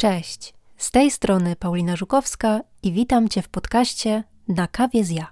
Cześć, z tej strony Paulina Żukowska i witam Cię w podcaście Na kawie z ja.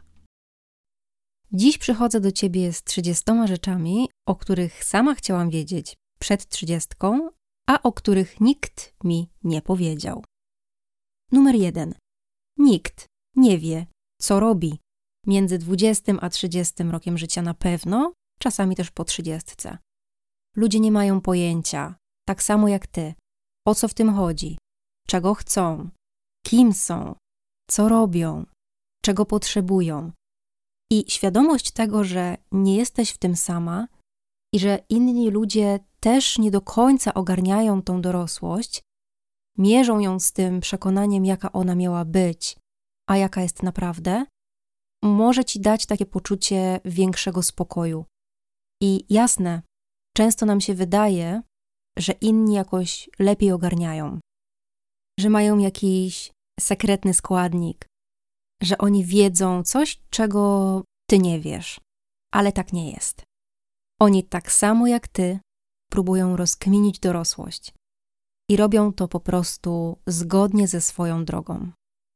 Dziś przychodzę do Ciebie z 30 rzeczami, o których sama chciałam wiedzieć przed 30, a o których nikt mi nie powiedział. Numer 1. Nikt nie wie, co robi między 20 a 30 rokiem życia na pewno, czasami też po 30. Ludzie nie mają pojęcia, tak samo jak Ty, o co w tym chodzi, czego chcą, kim są, co robią, czego potrzebują. I świadomość tego, że nie jesteś w tym sama i że inni ludzie też nie do końca ogarniają tą dorosłość, mierzą ją z tym przekonaniem, jaka ona miała być, a jaka jest naprawdę, może Ci dać takie poczucie większego spokoju. I jasne, często nam się wydaje, że inni jakoś lepiej ogarniają, że mają jakiś sekretny składnik, że oni wiedzą coś, czego Ty nie wiesz, ale tak nie jest. Oni tak samo jak Ty próbują rozkminić dorosłość i robią to po prostu zgodnie ze swoją drogą.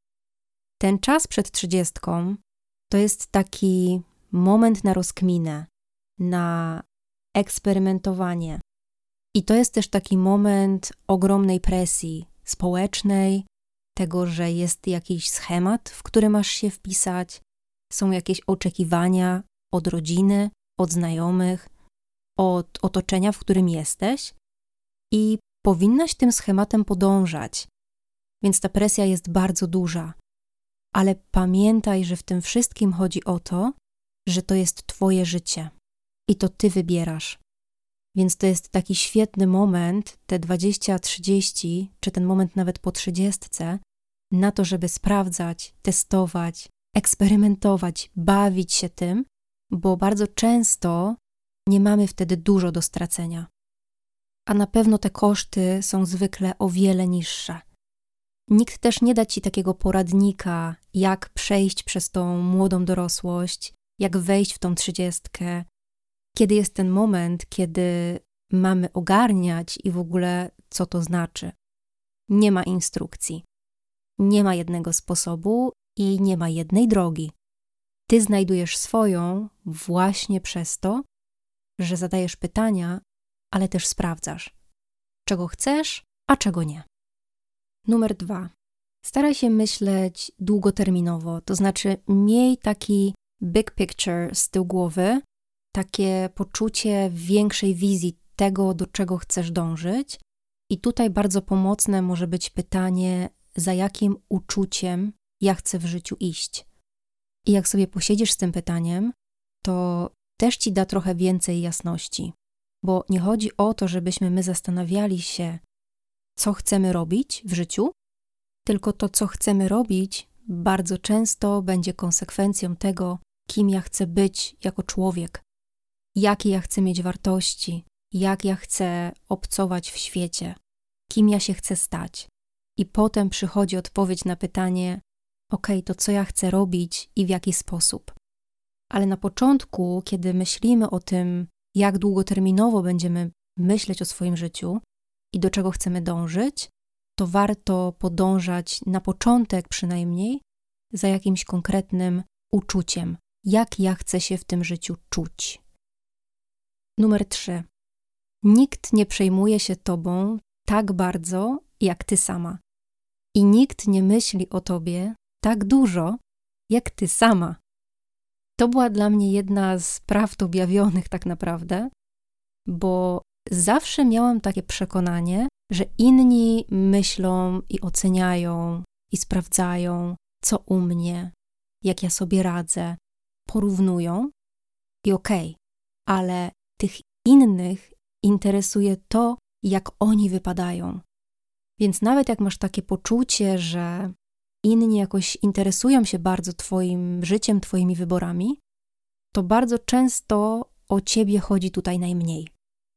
Ten czas przed 30 to jest taki moment na rozkminę, na eksperymentowanie. I to jest też taki moment ogromnej presji społecznej, tego, że jest jakiś schemat, w który masz się wpisać, są jakieś oczekiwania od rodziny, od znajomych, od otoczenia, w którym jesteś i powinnaś tym schematem podążać, więc ta presja jest bardzo duża. Ale pamiętaj, że w tym wszystkim chodzi o to, że to jest Twoje życie i to Ty wybierasz. Więc to jest taki świetny moment, te 20-30, czy ten moment nawet po 30, na to, żeby sprawdzać, testować, eksperymentować, bawić się tym, bo bardzo często nie mamy wtedy dużo do stracenia. A na pewno te koszty są zwykle o wiele niższe. Nikt też nie da Ci takiego poradnika, jak przejść przez tą młodą dorosłość, jak wejść w tą 30, kiedy jest ten moment, kiedy mamy ogarniać i w ogóle co to znaczy. Nie ma instrukcji, nie ma jednego sposobu i nie ma jednej drogi. Ty znajdujesz swoją właśnie przez to, że zadajesz pytania, ale też sprawdzasz, czego chcesz, a czego nie. Numer 2. Staraj się myśleć długoterminowo, to znaczy miej taki big picture z tyłu głowy, takie poczucie większej wizji tego, do czego chcesz dążyć. I tutaj bardzo pomocne może być pytanie, za jakim uczuciem ja chcę w życiu iść. I jak sobie posiedzisz z tym pytaniem, to też Ci da trochę więcej jasności. Bo nie chodzi o to, żebyśmy my zastanawiali się, co chcemy robić w życiu, tylko to, co chcemy robić, bardzo często będzie konsekwencją tego, kim ja chcę być jako człowiek. Jakie ja chcę mieć wartości, jak ja chcę obcować w świecie, kim ja się chcę stać. I potem przychodzi odpowiedź na pytanie, to co ja chcę robić i w jaki sposób. Ale na początku, kiedy myślimy o tym, jak długoterminowo będziemy myśleć o swoim życiu i do czego chcemy dążyć, to warto podążać na początek przynajmniej za jakimś konkretnym uczuciem, jak ja chcę się w tym życiu czuć. Numer 3. Nikt nie przejmuje się Tobą tak bardzo, jak Ty sama. I nikt nie myśli o Tobie tak dużo, jak Ty sama. To była dla mnie jedna z prawd objawionych tak naprawdę, bo zawsze miałam takie przekonanie, że inni myślą i oceniają i sprawdzają, co u mnie, jak ja sobie radzę, porównują i ale tych innych interesuje to, jak oni wypadają. Więc nawet jak masz takie poczucie, że inni jakoś interesują się bardzo Twoim życiem, Twoimi wyborami, to bardzo często o Ciebie chodzi tutaj najmniej.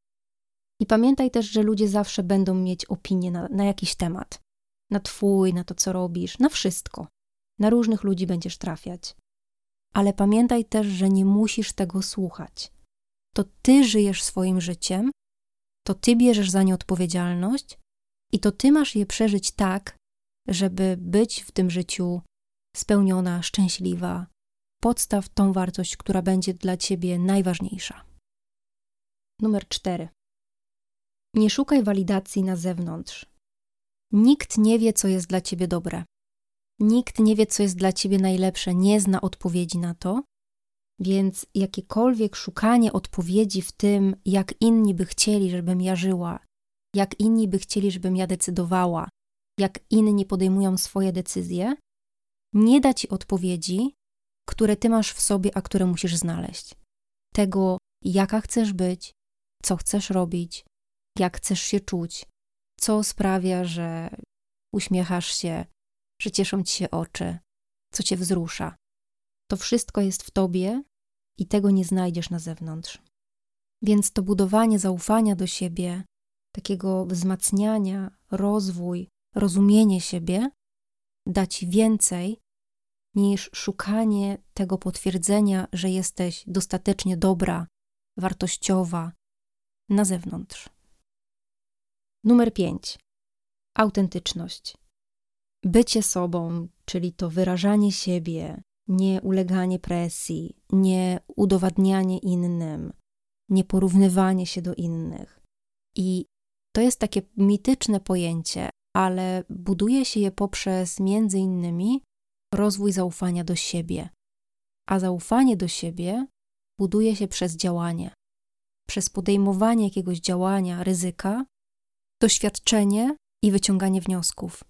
I pamiętaj też, że ludzie zawsze będą mieć opinię na jakiś temat. Na Twój, na to, co robisz, na wszystko. Na różnych ludzi będziesz trafiać. Ale pamiętaj też, że nie musisz tego słuchać. To Ty żyjesz swoim życiem, to Ty bierzesz za nie odpowiedzialność I to ty masz je przeżyć tak, żeby być w tym życiu spełniona, szczęśliwa. Podstaw tą wartość, która będzie dla ciebie najważniejsza. Numer 4. Nie szukaj walidacji na zewnątrz. Nikt nie wie, co jest dla ciebie dobre. Nikt nie wie, co jest dla ciebie najlepsze, nie zna odpowiedzi na to, więc jakiekolwiek szukanie odpowiedzi w tym, jak inni by chcieli, żebym ja żyła, jak inni by chcieli, żebym ja decydowała, jak inni podejmują swoje decyzje, nie da ci odpowiedzi, które ty masz w sobie, a które musisz znaleźć. Tego, jaka chcesz być, co chcesz robić, jak chcesz się czuć, co sprawia, że uśmiechasz się, że cieszą ci się oczy, co cię wzrusza. To wszystko jest w tobie i tego nie znajdziesz na zewnątrz. Więc to budowanie zaufania do siebie, takiego wzmacniania, rozwój, rozumienie siebie da ci więcej niż szukanie tego potwierdzenia, że jesteś dostatecznie dobra, wartościowa na zewnątrz. Numer 5. Autentyczność. Bycie sobą, czyli to wyrażanie siebie, nie uleganie presji, nie udowadnianie innym, nie porównywanie się do innych. I to jest takie mityczne pojęcie, ale buduje się je poprzez między innymi rozwój zaufania do siebie. A zaufanie do siebie buduje się przez działanie. Przez podejmowanie jakiegoś działania, ryzyka, doświadczenie i wyciąganie wniosków.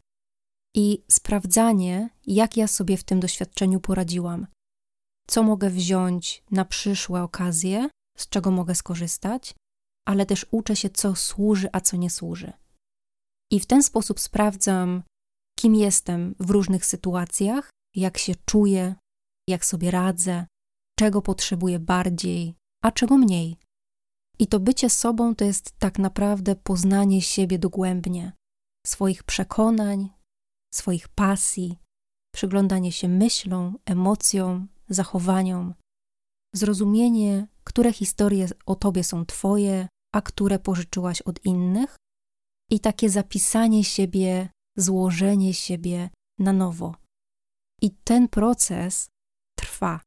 I sprawdzanie, jak ja sobie w tym doświadczeniu poradziłam. Co mogę wziąć na przyszłe okazje, z czego mogę skorzystać, ale też uczę się, co służy, a co nie służy. I w ten sposób sprawdzam, kim jestem w różnych sytuacjach, jak się czuję, jak sobie radzę, czego potrzebuję bardziej, a czego mniej. I to bycie sobą to jest tak naprawdę poznanie siebie dogłębnie, swoich przekonań, swoich pasji, przyglądanie się myślom, emocjom, zachowaniom, zrozumienie, które historie o tobie są twoje, a które pożyczyłaś od innych i takie zapisanie siebie, złożenie siebie na nowo. I ten proces trwa.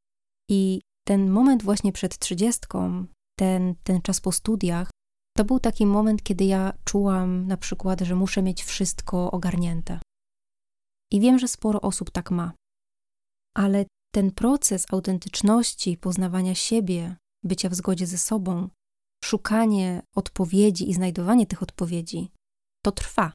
I ten moment właśnie przed 30, ten czas po studiach, to był taki moment, kiedy ja czułam na przykład, że muszę mieć wszystko ogarnięte. I wiem, że sporo osób tak ma. Ale ten proces autentyczności, poznawania siebie, bycia w zgodzie ze sobą, szukanie odpowiedzi i znajdowanie tych odpowiedzi, to trwa.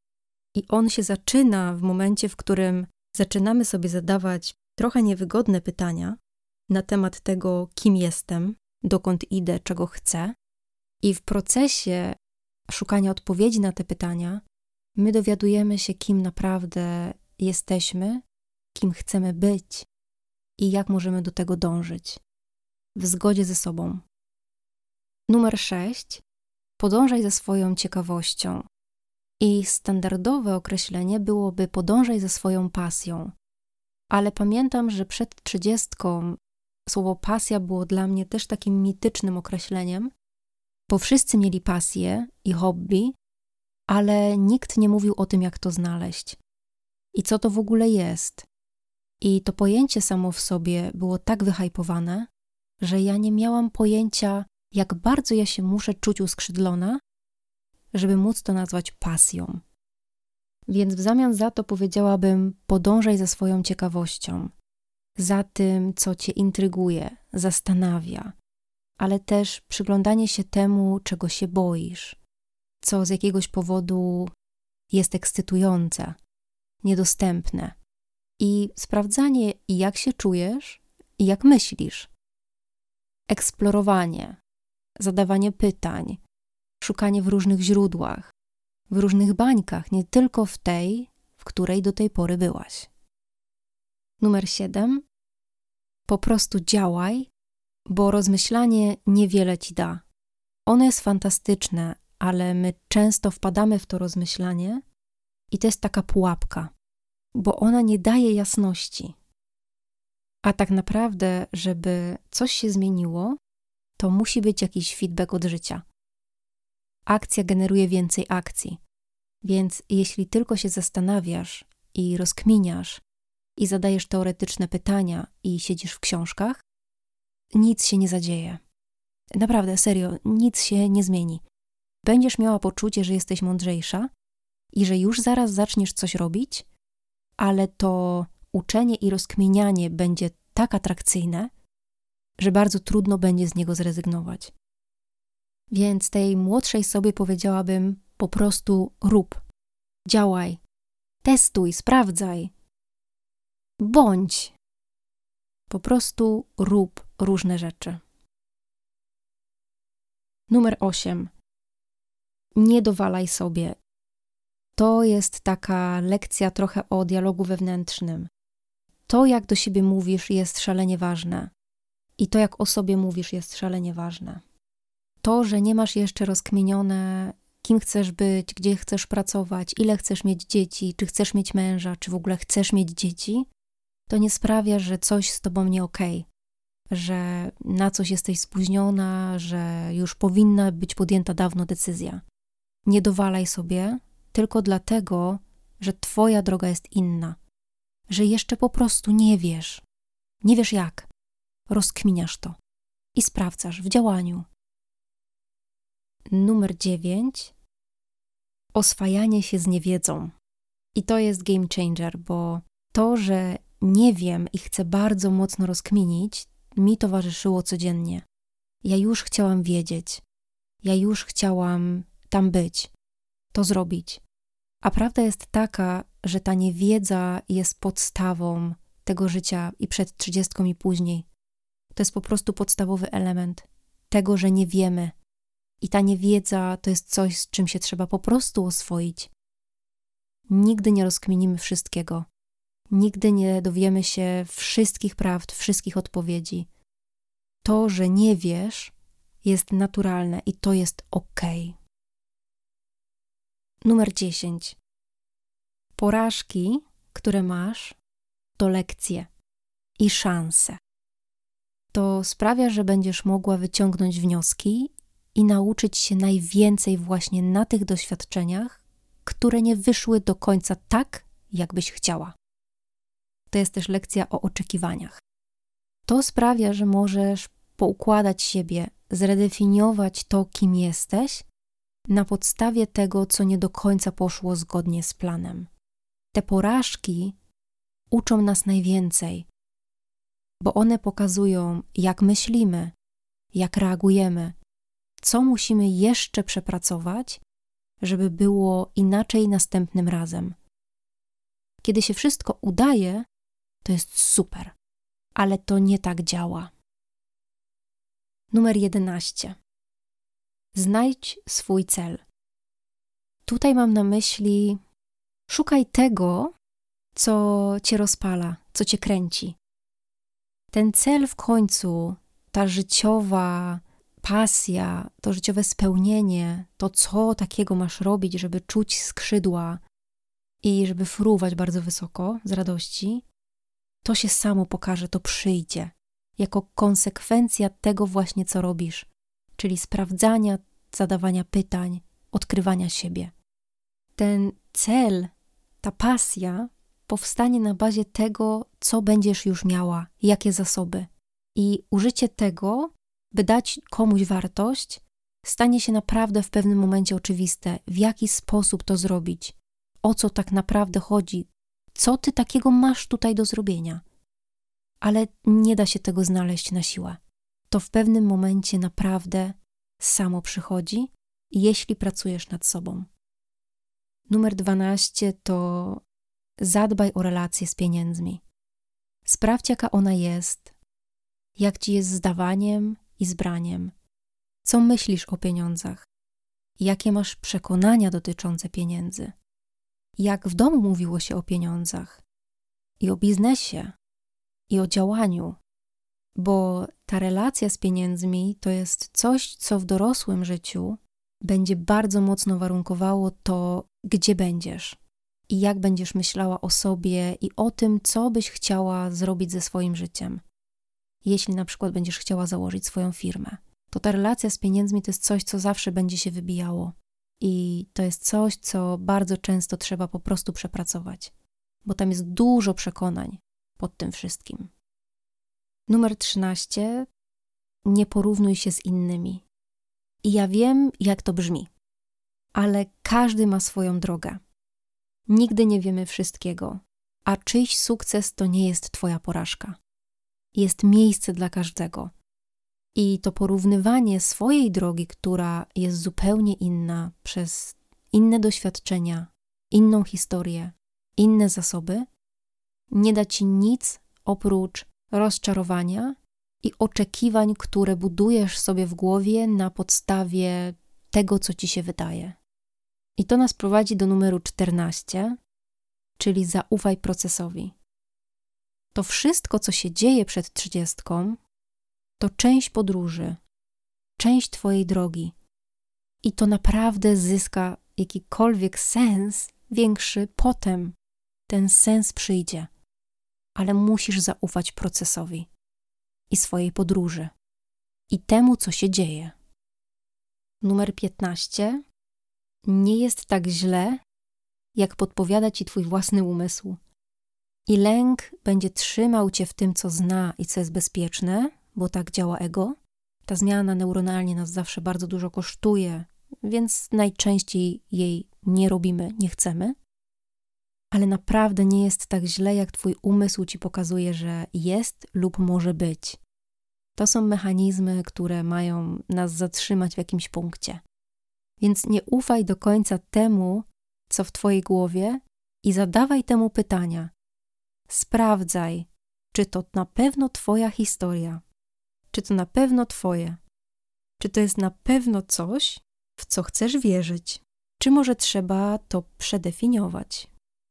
I on się zaczyna w momencie, w którym zaczynamy sobie zadawać trochę niewygodne pytania na temat tego, kim jestem, dokąd idę, czego chcę. I w procesie szukania odpowiedzi na te pytania my dowiadujemy się, kim naprawdę jesteśmy, kim chcemy być i jak możemy do tego dążyć. W zgodzie ze sobą. Numer 6. Podążaj za swoją ciekawością. I standardowe określenie byłoby podążaj za swoją pasją. Ale pamiętam, że przed 30 słowo pasja było dla mnie też takim mitycznym określeniem, bo wszyscy mieli pasję i hobby, ale nikt nie mówił o tym, jak to znaleźć. I co to w ogóle jest. I to pojęcie samo w sobie było tak wyhajpowane, że ja nie miałam pojęcia, jak bardzo ja się muszę czuć uskrzydlona, żeby móc to nazwać pasją. Więc w zamian za to powiedziałabym, podążaj za swoją ciekawością, za tym, co cię intryguje, zastanawia, ale też przyglądanie się temu, czego się boisz, co z jakiegoś powodu jest ekscytujące, niedostępne i sprawdzanie, jak się czujesz i jak myślisz. Eksplorowanie, zadawanie pytań, szukanie w różnych źródłach, w różnych bańkach, nie tylko w tej, w której do tej pory byłaś. Numer 7. Po prostu działaj, bo rozmyślanie niewiele ci da. Ono jest fantastyczne, ale my często wpadamy w to rozmyślanie i to jest taka pułapka, bo ona nie daje jasności. A tak naprawdę, żeby coś się zmieniło, to musi być jakiś feedback od życia. Akcja generuje więcej akcji. Więc jeśli tylko się zastanawiasz i rozkminiasz i zadajesz teoretyczne pytania i siedzisz w książkach, nic się nie zadzieje. Naprawdę, serio, nic się nie zmieni. Będziesz miała poczucie, że jesteś mądrzejsza i że już zaraz zaczniesz coś robić, ale to uczenie i rozkminianie będzie tak atrakcyjne, że bardzo trudno będzie z niego zrezygnować. Więc tej młodszej sobie powiedziałabym po prostu rób, działaj, testuj, sprawdzaj, bądź. Po prostu rób różne rzeczy. Numer 8. Nie dowalaj sobie. To jest taka lekcja trochę o dialogu wewnętrznym. To, jak do siebie mówisz, jest szalenie ważne. I to, jak o sobie mówisz, jest szalenie ważne. To, że nie masz jeszcze rozkminione, kim chcesz być, gdzie chcesz pracować, ile chcesz mieć dzieci, czy chcesz mieć męża, czy w ogóle chcesz mieć dzieci, to nie sprawia, że coś z tobą nie okej, że na coś jesteś spóźniona, że już powinna być podjęta dawno decyzja. Nie dowalaj sobie tylko dlatego, że twoja droga jest inna, że jeszcze po prostu nie wiesz. Nie wiesz jak. Rozkminiasz to i sprawdzasz w działaniu. Numer 9. Oswajanie się z niewiedzą. I to jest game changer, bo to, że nie wiem i chcę bardzo mocno rozkminić, mi towarzyszyło codziennie. Ja już chciałam wiedzieć. Ja już chciałam tam być. To zrobić. A prawda jest taka, że ta niewiedza jest podstawą tego życia i przed 30 i później. To jest po prostu podstawowy element tego, że nie wiemy. I ta niewiedza to jest coś, z czym się trzeba po prostu oswoić. Nigdy nie rozkminimy wszystkiego. Nigdy nie dowiemy się wszystkich prawd, wszystkich odpowiedzi. To, że nie wiesz, jest naturalne i to jest okej. Numer 10. Porażki, które masz, to lekcje i szanse. To sprawia, że będziesz mogła wyciągnąć wnioski i nauczyć się najwięcej właśnie na tych doświadczeniach, które nie wyszły do końca tak, jak byś chciała. To jest też lekcja o oczekiwaniach. To sprawia, że możesz poukładać siebie, zredefiniować to, kim jesteś, na podstawie tego, co nie do końca poszło zgodnie z planem. Te porażki uczą nas najwięcej, bo one pokazują, jak myślimy, jak reagujemy, co musimy jeszcze przepracować, żeby było inaczej następnym razem. Kiedy się wszystko udaje, to jest super, ale to nie tak działa. Numer 11. Znajdź swój cel. Tutaj mam na myśli, szukaj tego, co cię rozpala, co cię kręci. Ten cel w końcu, ta życiowa pasja, to życiowe spełnienie, to co takiego masz robić, żeby czuć skrzydła i żeby fruwać bardzo wysoko z radości, to się samo pokaże, to przyjdzie jako konsekwencja tego właśnie, co robisz, czyli sprawdzania, zadawania pytań, odkrywania siebie. Ten cel, ta pasja powstanie na bazie tego, co będziesz już miała, jakie zasoby. I użycie tego, by dać komuś wartość, stanie się naprawdę w pewnym momencie oczywiste, w jaki sposób to zrobić, o co tak naprawdę chodzi, co ty takiego masz tutaj do zrobienia. Ale nie da się tego znaleźć na siłę. To w pewnym momencie naprawdę samo przychodzi, jeśli pracujesz nad sobą. Numer 12 to zadbaj o relacje z pieniędzmi. Sprawdź, jaka ona jest, jak ci jest z dawaniem i z braniem, co myślisz o pieniądzach, jakie masz przekonania dotyczące pieniędzy, jak w domu mówiło się o pieniądzach i o biznesie i o działaniu, bo ta relacja z pieniędzmi to jest coś, co w dorosłym życiu będzie bardzo mocno warunkowało to, gdzie będziesz i jak będziesz myślała o sobie i o tym, co byś chciała zrobić ze swoim życiem. Jeśli na przykład będziesz chciała założyć swoją firmę, to ta relacja z pieniędzmi to jest coś, co zawsze będzie się wybijało. I to jest coś, co bardzo często trzeba po prostu przepracować, bo tam jest dużo przekonań pod tym wszystkim. Numer 13. Nie porównuj się z innymi. I ja wiem, jak to brzmi, ale każdy ma swoją drogę. Nigdy nie wiemy wszystkiego, a czyjś sukces to nie jest twoja porażka. Jest miejsce dla każdego. I to porównywanie swojej drogi, która jest zupełnie inna, przez inne doświadczenia, inną historię, inne zasoby, nie da ci nic oprócz rozczarowania i oczekiwań, które budujesz sobie w głowie na podstawie tego, co ci się wydaje. I to nas prowadzi do numeru 14, czyli zaufaj procesowi. To wszystko, co się dzieje przed 30, to część podróży, część twojej drogi. I to naprawdę zyska jakikolwiek sens większy potem. Ten sens przyjdzie. Ale musisz zaufać procesowi i swojej podróży i temu, co się dzieje. Numer 15. Nie jest tak źle, jak podpowiada ci twój własny umysł. I lęk będzie trzymał cię w tym, co zna i co jest bezpieczne, bo tak działa ego. Ta zmiana neuronalnie nas zawsze bardzo dużo kosztuje, więc najczęściej jej nie robimy, nie chcemy. Ale naprawdę nie jest tak źle, jak twój umysł ci pokazuje, że jest lub może być. To są mechanizmy, które mają nas zatrzymać w jakimś punkcie. Więc nie ufaj do końca temu, co w twojej głowie i zadawaj temu pytania. Sprawdzaj, czy to na pewno twoja historia, czy to na pewno twoje, czy to jest na pewno coś, w co chcesz wierzyć, czy może trzeba to przedefiniować.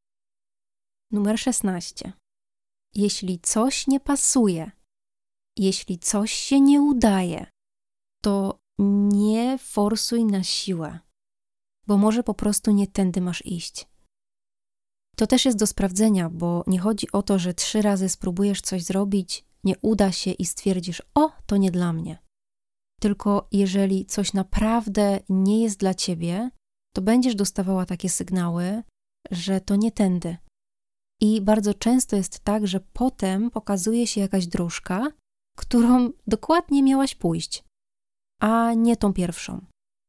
Numer 16. Jeśli coś nie pasuje, jeśli coś się nie udaje, to nie forsuj na siłę, bo może po prostu nie tędy masz iść. To też jest do sprawdzenia, bo nie chodzi o to, że 3 razy spróbujesz coś zrobić, nie uda się i stwierdzisz, o, to nie dla mnie. Tylko jeżeli coś naprawdę nie jest dla ciebie, to będziesz dostawała takie sygnały, że to nie tędy. I bardzo często jest tak, że potem pokazuje się jakaś dróżka, którą dokładnie miałaś pójść, a nie tą pierwszą.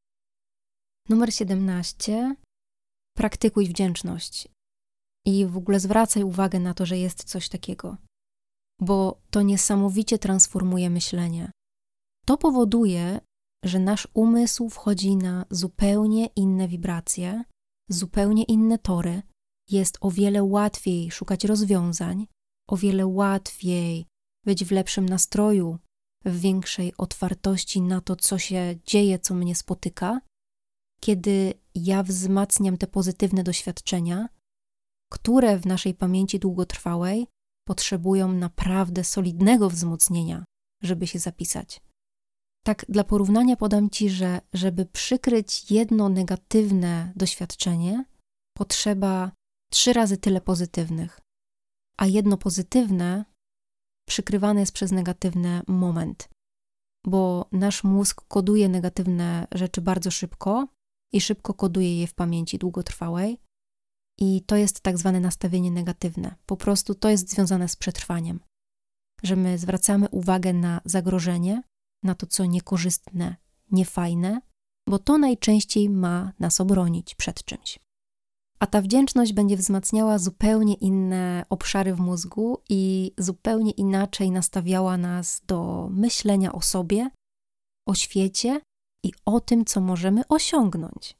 Numer 17. Praktykuj wdzięczność. I w ogóle zwracaj uwagę na to, że jest coś takiego, bo to niesamowicie transformuje myślenie. To powoduje, że nasz umysł wchodzi na zupełnie inne wibracje, zupełnie inne tory. Jest o wiele łatwiej szukać rozwiązań, o wiele łatwiej być w lepszym nastroju, w większej otwartości na to, co się dzieje, co mnie spotyka, kiedy ja wzmacniam te pozytywne doświadczenia, które w naszej pamięci długotrwałej potrzebują naprawdę solidnego wzmocnienia, żeby się zapisać. Tak dla porównania podam ci, że żeby przykryć jedno negatywne doświadczenie, potrzeba 3 razy tyle pozytywnych, a jedno pozytywne przykrywane jest przez negatywny moment, bo nasz mózg koduje negatywne rzeczy bardzo szybko i szybko koduje je w pamięci długotrwałej i to jest tak zwane nastawienie negatywne. Po prostu to jest związane z przetrwaniem, że my zwracamy uwagę na zagrożenie, na to, co niekorzystne, niefajne, bo to najczęściej ma nas obronić przed czymś. A ta wdzięczność będzie wzmacniała zupełnie inne obszary w mózgu i zupełnie inaczej nastawiała nas do myślenia o sobie, o świecie i o tym, co możemy osiągnąć.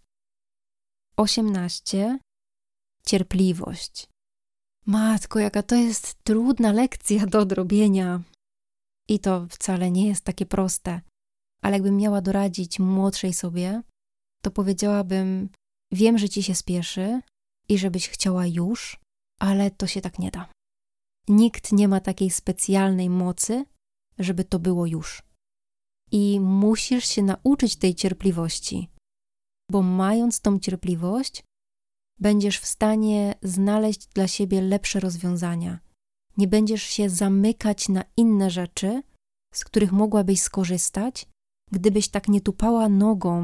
18. Cierpliwość. Matko, jaka to jest trudna lekcja do odrobienia. I to wcale nie jest takie proste. Ale jakbym miała doradzić młodszej sobie, to powiedziałabym, wiem, że ci się spieszy i żebyś chciała już, ale to się tak nie da. Nikt nie ma takiej specjalnej mocy, żeby to było już. I musisz się nauczyć tej cierpliwości, bo mając tą cierpliwość, będziesz w stanie znaleźć dla siebie lepsze rozwiązania. Nie będziesz się zamykać na inne rzeczy, z których mogłabyś skorzystać, gdybyś tak nie tupała nogą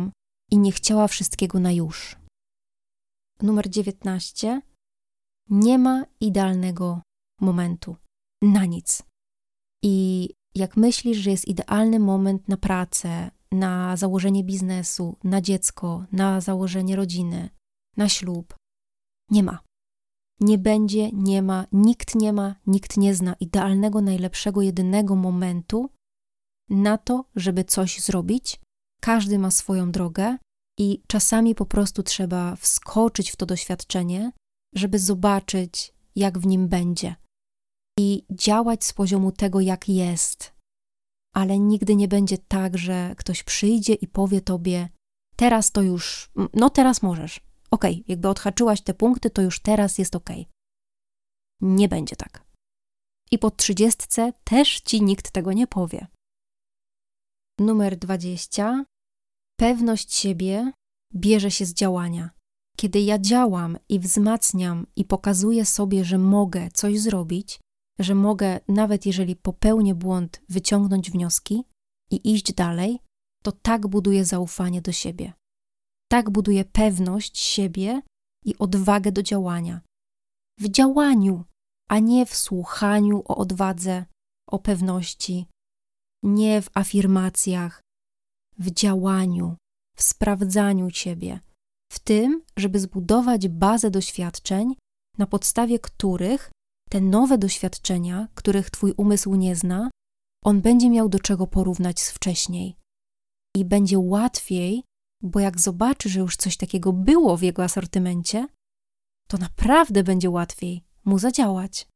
i nie chciała wszystkiego na już. Numer 19. Nie ma idealnego momentu. Na nic. I jak myślisz, że jest idealny moment na pracę, na założenie biznesu, na dziecko, na założenie rodziny, na ślub, nie ma. Nie będzie, nie ma, nikt nie zna idealnego, najlepszego, jedynego momentu na to, żeby coś zrobić. Każdy ma swoją drogę i czasami po prostu trzeba wskoczyć w to doświadczenie, żeby zobaczyć, jak w nim będzie i działać z poziomu tego, jak jest. Ale nigdy nie będzie tak, że ktoś przyjdzie i powie tobie, teraz to już, teraz możesz. Okej, jakby odhaczyłaś te punkty, to już teraz jest okej. Nie będzie tak. I po 30 też ci nikt tego nie powie. Numer 20. Pewność siebie bierze się z działania. Kiedy ja działam i wzmacniam i pokazuję sobie, że mogę coś zrobić, że mogę, nawet jeżeli popełnię błąd, wyciągnąć wnioski i iść dalej, to tak buduję zaufanie do siebie. Tak buduję pewność siebie i odwagę do działania. W działaniu, a nie w słuchaniu o odwadze, o pewności, nie w afirmacjach, w działaniu, w sprawdzaniu siebie, w tym, żeby zbudować bazę doświadczeń, na podstawie których te nowe doświadczenia, których twój umysł nie zna, on będzie miał do czego porównać z wcześniej. I będzie łatwiej, bo jak zobaczy, że już coś takiego było w jego asortymencie, to naprawdę będzie łatwiej mu zadziałać.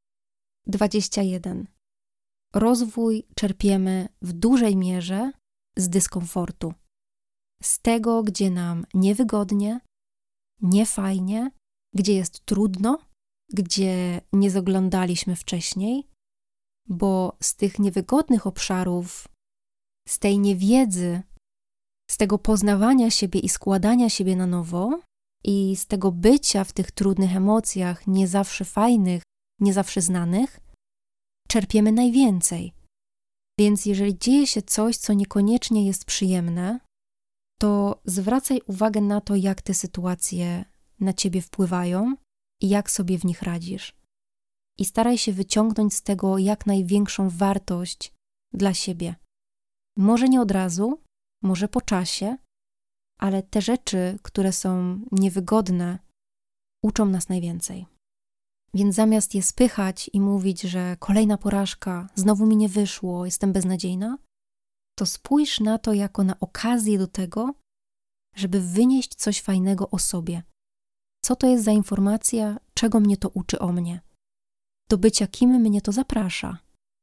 21. Rozwój czerpiemy w dużej mierze z dyskomfortu. Z tego, gdzie nam niewygodnie, niefajnie, gdzie jest trudno, gdzie nie zaglądaliśmy wcześniej, bo z tych niewygodnych obszarów, z tej niewiedzy, z tego poznawania siebie i składania siebie na nowo i z tego bycia w tych trudnych emocjach, nie zawsze fajnych, nie zawsze znanych, czerpiemy najwięcej. Więc jeżeli dzieje się coś, co niekoniecznie jest przyjemne, to zwracaj uwagę na to, jak te sytuacje na ciebie wpływają i jak sobie w nich radzisz. I staraj się wyciągnąć z tego jak największą wartość dla siebie. Może nie od razu, może po czasie, ale te rzeczy, które są niewygodne, uczą nas najwięcej. Więc zamiast je spychać i mówić, że kolejna porażka, znowu mi nie wyszło, jestem beznadziejna, to spójrz na to jako na okazję do tego, żeby wynieść coś fajnego o sobie. Co to jest za informacja, czego mnie to uczy o mnie? Do bycia kim mnie to zaprasza?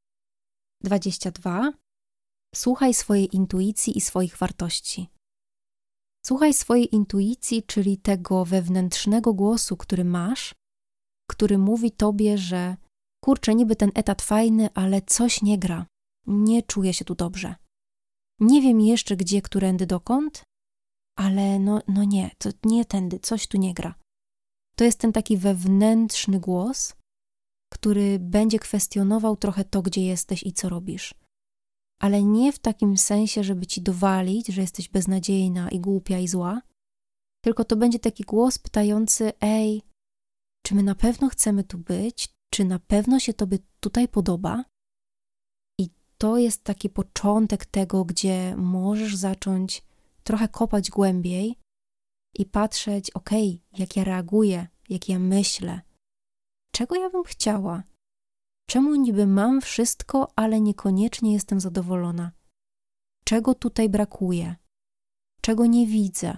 22. Słuchaj swojej intuicji i swoich wartości. Słuchaj swojej intuicji, czyli tego wewnętrznego głosu, który masz, który mówi tobie, że kurczę, niby ten etat fajny, ale coś nie gra. Nie czuję się tu dobrze. Nie wiem jeszcze gdzie, którędy, dokąd, ale no nie, to nie tędy, coś tu nie gra. To jest ten taki wewnętrzny głos, który będzie kwestionował trochę to, gdzie jesteś i co robisz. Ale nie w takim sensie, żeby ci dowalić, że jesteś beznadziejna i głupia i zła, tylko to będzie taki głos pytający, ej, czy my na pewno chcemy tu być? Czy na pewno się tobie tutaj podoba? I to jest taki początek tego, gdzie możesz zacząć trochę kopać głębiej i patrzeć, okej, jak ja reaguję, jak ja myślę, czego ja bym chciała? Czemu niby mam wszystko, ale niekoniecznie jestem zadowolona? Czego tutaj brakuje? Czego nie widzę?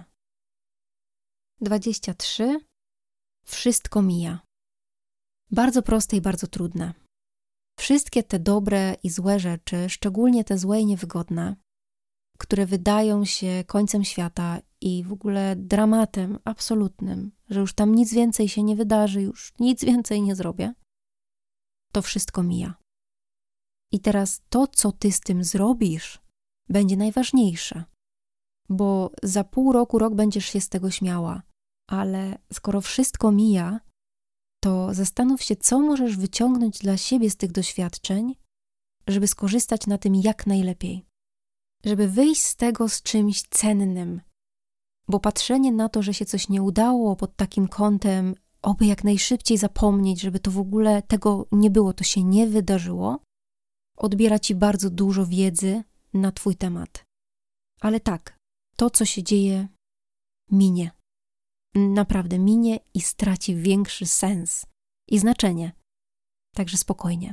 23. Wszystko mija. Bardzo proste i bardzo trudne. Wszystkie te dobre i złe rzeczy, szczególnie te złe i niewygodne, które wydają się końcem świata i w ogóle dramatem absolutnym, że już tam nic więcej się nie wydarzy, już nic więcej nie zrobię, to wszystko mija. I teraz to, co ty z tym zrobisz, będzie najważniejsze, bo za pół roku, rok będziesz się z tego śmiała, ale skoro wszystko mija, to zastanów się, co możesz wyciągnąć dla siebie z tych doświadczeń, żeby skorzystać na tym jak najlepiej. Żeby wyjść z tego z czymś cennym, Bo patrzenie na to, że się coś nie udało pod takim kątem, oby jak najszybciej zapomnieć, żeby to w ogóle tego nie było, to się nie wydarzyło, odbiera ci bardzo dużo wiedzy na twój temat. Ale tak, to co się dzieje minie. Naprawdę minie i straci większy sens i znaczenie. Także spokojnie.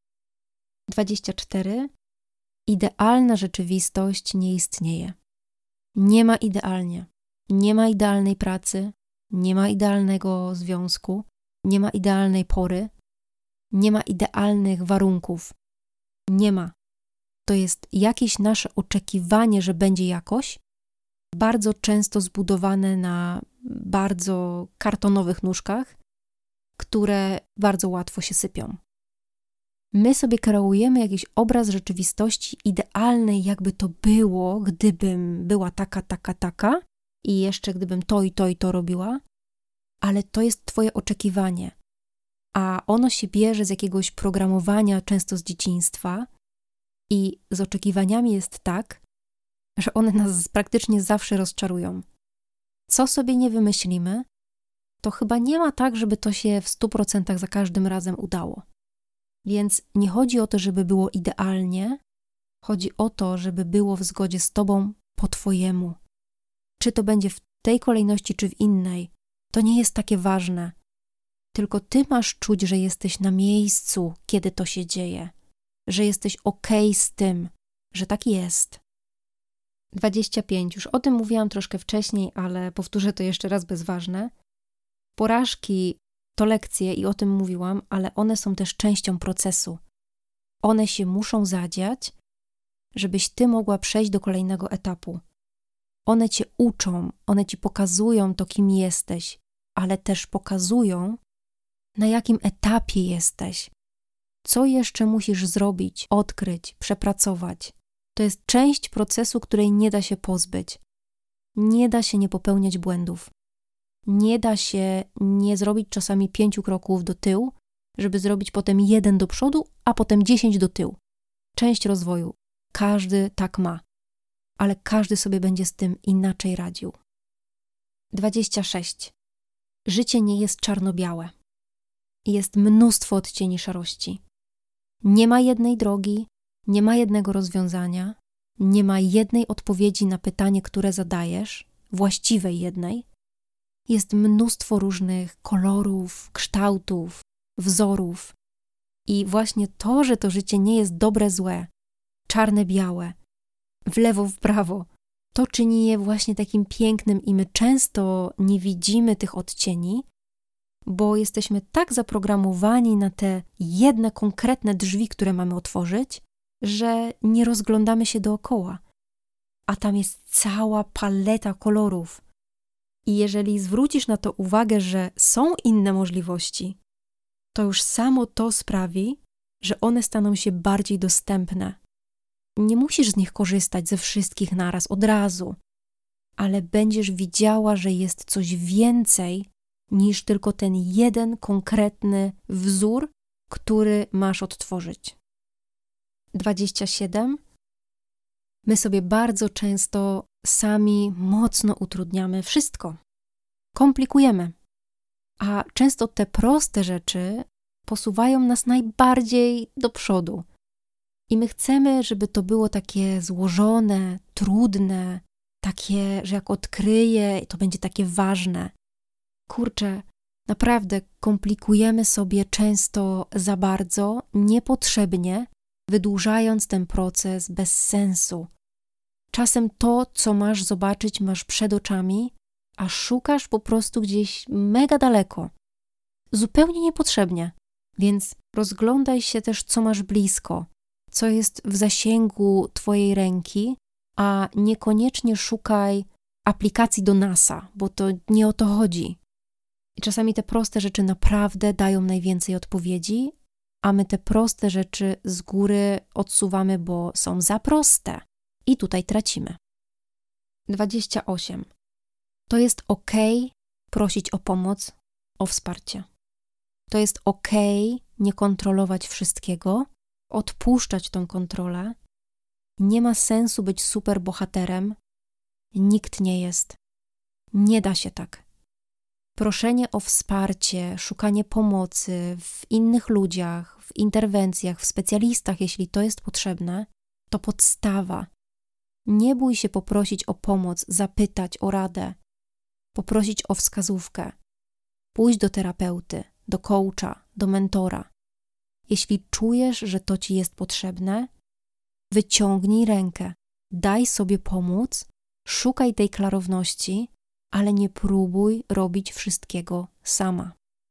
24. Idealna rzeczywistość nie istnieje. Nie ma idealnie. Nie ma idealnej pracy, nie ma idealnego związku, nie ma idealnej pory, nie ma idealnych warunków. Nie ma. To jest jakieś nasze oczekiwanie, że będzie jakoś, bardzo często zbudowane na bardzo kartonowych nóżkach, które bardzo łatwo się sypią. My sobie kreujemy jakiś obraz rzeczywistości idealnej, jakby to było, gdybym była taka i jeszcze gdybym to i to i to robiła, ale to jest twoje oczekiwanie, a ono się bierze z jakiegoś programowania, często z dzieciństwa i z oczekiwaniami jest tak, że one nas praktycznie zawsze rozczarują. Co sobie nie wymyślimy, to chyba nie ma tak, żeby to się w 100% za każdym razem udało. Więc nie chodzi o to, żeby było idealnie, chodzi o to, żeby było w zgodzie z tobą po twojemu. Czy to będzie w tej kolejności, czy w innej, to nie jest takie ważne. Tylko ty masz czuć, że jesteś na miejscu, kiedy to się dzieje, że jesteś okej z tym, że tak jest. 25. Już o tym mówiłam troszkę wcześniej, ale powtórzę to jeszcze raz, bezważne. Porażki to lekcje i o tym mówiłam, ale one są też częścią procesu. One się muszą zadziać, żebyś ty mogła przejść do kolejnego etapu. One cię uczą, one ci pokazują to, kim jesteś, ale też pokazują, na jakim etapie jesteś. Co jeszcze musisz zrobić, odkryć, przepracować. To jest część procesu, której nie da się pozbyć. Nie da się nie popełniać błędów. Nie da się nie zrobić czasami 5 kroków do tyłu, żeby zrobić potem 1 do przodu, a potem 10 do tyłu. Część rozwoju. Każdy tak ma. Ale każdy sobie będzie z tym inaczej radził. 26. Życie nie jest czarno-białe. Jest mnóstwo odcieni szarości. Nie ma jednej drogi, nie ma jednego rozwiązania, nie ma jednej odpowiedzi na pytanie, które zadajesz, właściwej jednej. Jest mnóstwo różnych kolorów, kształtów, wzorów. I właśnie to, że to życie nie jest dobre, złe, czarne, białe, w lewo, w prawo, to czyni je właśnie takim pięknym i my często nie widzimy tych odcieni, bo jesteśmy tak zaprogramowani na te jedne konkretne drzwi, które mamy otworzyć, że nie rozglądamy się dookoła. A tam jest cała paleta kolorów. I jeżeli zwrócisz na to uwagę, że są inne możliwości, to już samo to sprawi, że one staną się bardziej dostępne. Nie musisz z nich korzystać ze wszystkich naraz, od razu, ale będziesz widziała, że jest coś więcej niż tylko ten jeden konkretny wzór, który masz odtworzyć. 27. My sobie bardzo często sami mocno utrudniamy wszystko. Komplikujemy. A często te proste rzeczy posuwają nas najbardziej do przodu. I my chcemy, żeby to było takie złożone, trudne, takie, że jak odkryję, to będzie takie ważne. Kurczę, naprawdę komplikujemy sobie często za bardzo, niepotrzebnie, wydłużając ten proces bez sensu. Czasem to, co masz zobaczyć, masz przed oczami, a szukasz po prostu gdzieś mega daleko. Zupełnie niepotrzebnie. Więc rozglądaj się też, co masz blisko, co jest w zasięgu twojej ręki, a niekoniecznie szukaj aplikacji do NASA, bo to nie o to chodzi. I czasami te proste rzeczy naprawdę dają najwięcej odpowiedzi, a my te proste rzeczy z góry odsuwamy, bo są za proste. I tutaj tracimy. 28. To jest okej prosić o pomoc, o wsparcie. To jest okej nie kontrolować wszystkiego, odpuszczać tą kontrolę. Nie ma sensu być super bohaterem. Nikt nie jest. Nie da się tak. Proszenie o wsparcie, szukanie pomocy w innych ludziach, w interwencjach, w specjalistach, jeśli to jest potrzebne, to podstawa. Nie bój się poprosić o pomoc, zapytać o radę, poprosić o wskazówkę. Pójdź do terapeuty, do coacha, do mentora. Jeśli czujesz, że to ci jest potrzebne, wyciągnij rękę, daj sobie pomóc, szukaj tej klarowności, ale nie próbuj robić wszystkiego sama.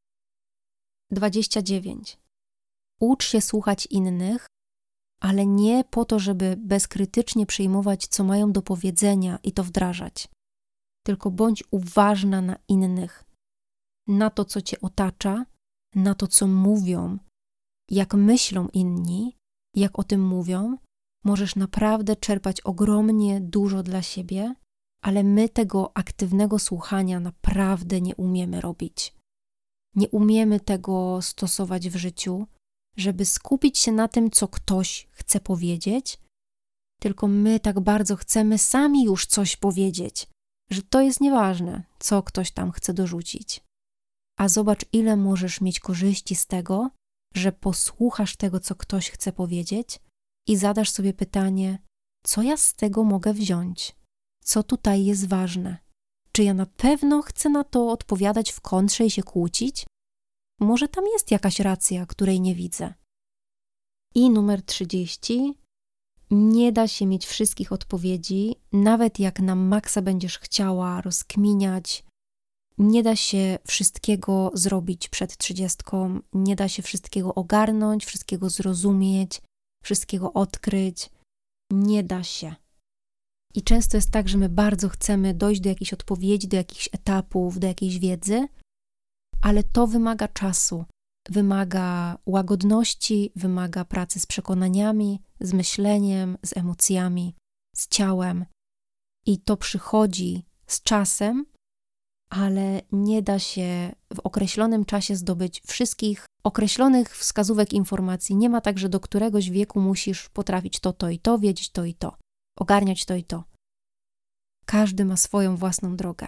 29. Ucz się słuchać innych, ale nie po to, żeby bezkrytycznie przyjmować, co mają do powiedzenia i to wdrażać. Tylko bądź uważna na innych, na to, co cię otacza, na to, co mówią, jak myślą inni, jak o tym mówią. Możesz naprawdę czerpać ogromnie dużo dla siebie, ale my tego aktywnego słuchania naprawdę nie umiemy robić. Nie umiemy tego stosować w życiu, żeby skupić się na tym, co ktoś chce powiedzieć, tylko my tak bardzo chcemy sami już coś powiedzieć, że to jest nieważne, co ktoś tam chce dorzucić. A zobacz, ile możesz mieć korzyści z tego, że posłuchasz tego, co ktoś chce powiedzieć i zadasz sobie pytanie, co ja z tego mogę wziąć? Co tutaj jest ważne? Czy ja na pewno chcę na to odpowiadać w kontrze i się kłócić? Może tam jest jakaś racja, której nie widzę. I numer 30. Nie da się mieć wszystkich odpowiedzi, nawet jak na maksa będziesz chciała rozkminiać. Nie da się wszystkiego zrobić przed 30, nie da się wszystkiego ogarnąć, wszystkiego zrozumieć, wszystkiego odkryć. Nie da się. I często jest tak, że my bardzo chcemy dojść do jakiejś odpowiedzi, do jakichś etapów, do jakiejś wiedzy, ale to wymaga czasu, wymaga łagodności, wymaga pracy z przekonaniami, z myśleniem, z emocjami, z ciałem. I to przychodzi z czasem, ale nie da się w określonym czasie zdobyć wszystkich określonych wskazówek informacji. Nie ma tak, że do któregoś wieku musisz potrafić to i to, wiedzieć to i to, ogarniać to i to. Każdy ma swoją własną drogę.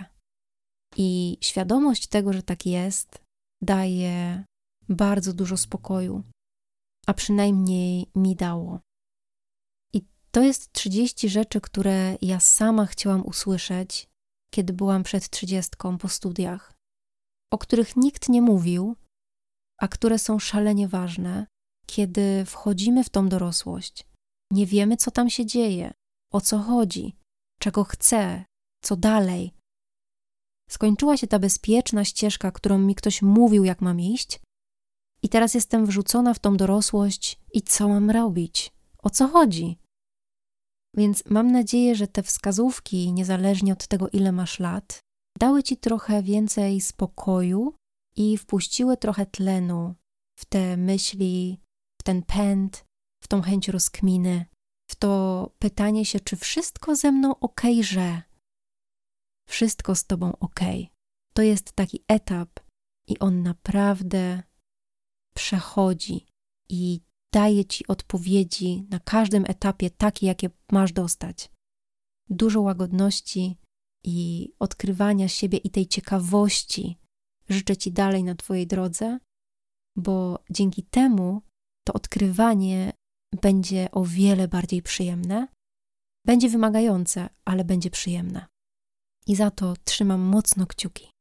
I świadomość tego, że tak jest, daje bardzo dużo spokoju, a przynajmniej mi dało. I to jest 30 rzeczy, które ja sama chciałam usłyszeć, kiedy byłam przed 30 po studiach, o których nikt nie mówił, a które są szalenie ważne, kiedy wchodzimy w tą dorosłość. Nie wiemy, co tam się dzieje, o co chodzi, czego chcę, co dalej. Skończyła się ta bezpieczna ścieżka, którą mi ktoś mówił, jak mam iść, i teraz jestem wrzucona w tą dorosłość i co mam robić? O co chodzi? Więc mam nadzieję, że te wskazówki, niezależnie od tego, ile masz lat, dały ci trochę więcej spokoju i wpuściły trochę tlenu w te myśli, w ten pęd, w tą chęć rozkminy, w to pytanie się, czy wszystko ze mną okej, że wszystko z tobą okej. To jest taki etap i on naprawdę przechodzi i daje ci odpowiedzi na każdym etapie takie, jakie masz dostać. Dużo łagodności i odkrywania siebie i tej ciekawości życzę ci dalej na twojej drodze, bo dzięki temu to odkrywanie będzie o wiele bardziej przyjemne, będzie wymagające, ale będzie przyjemne. I za to trzymam mocno kciuki.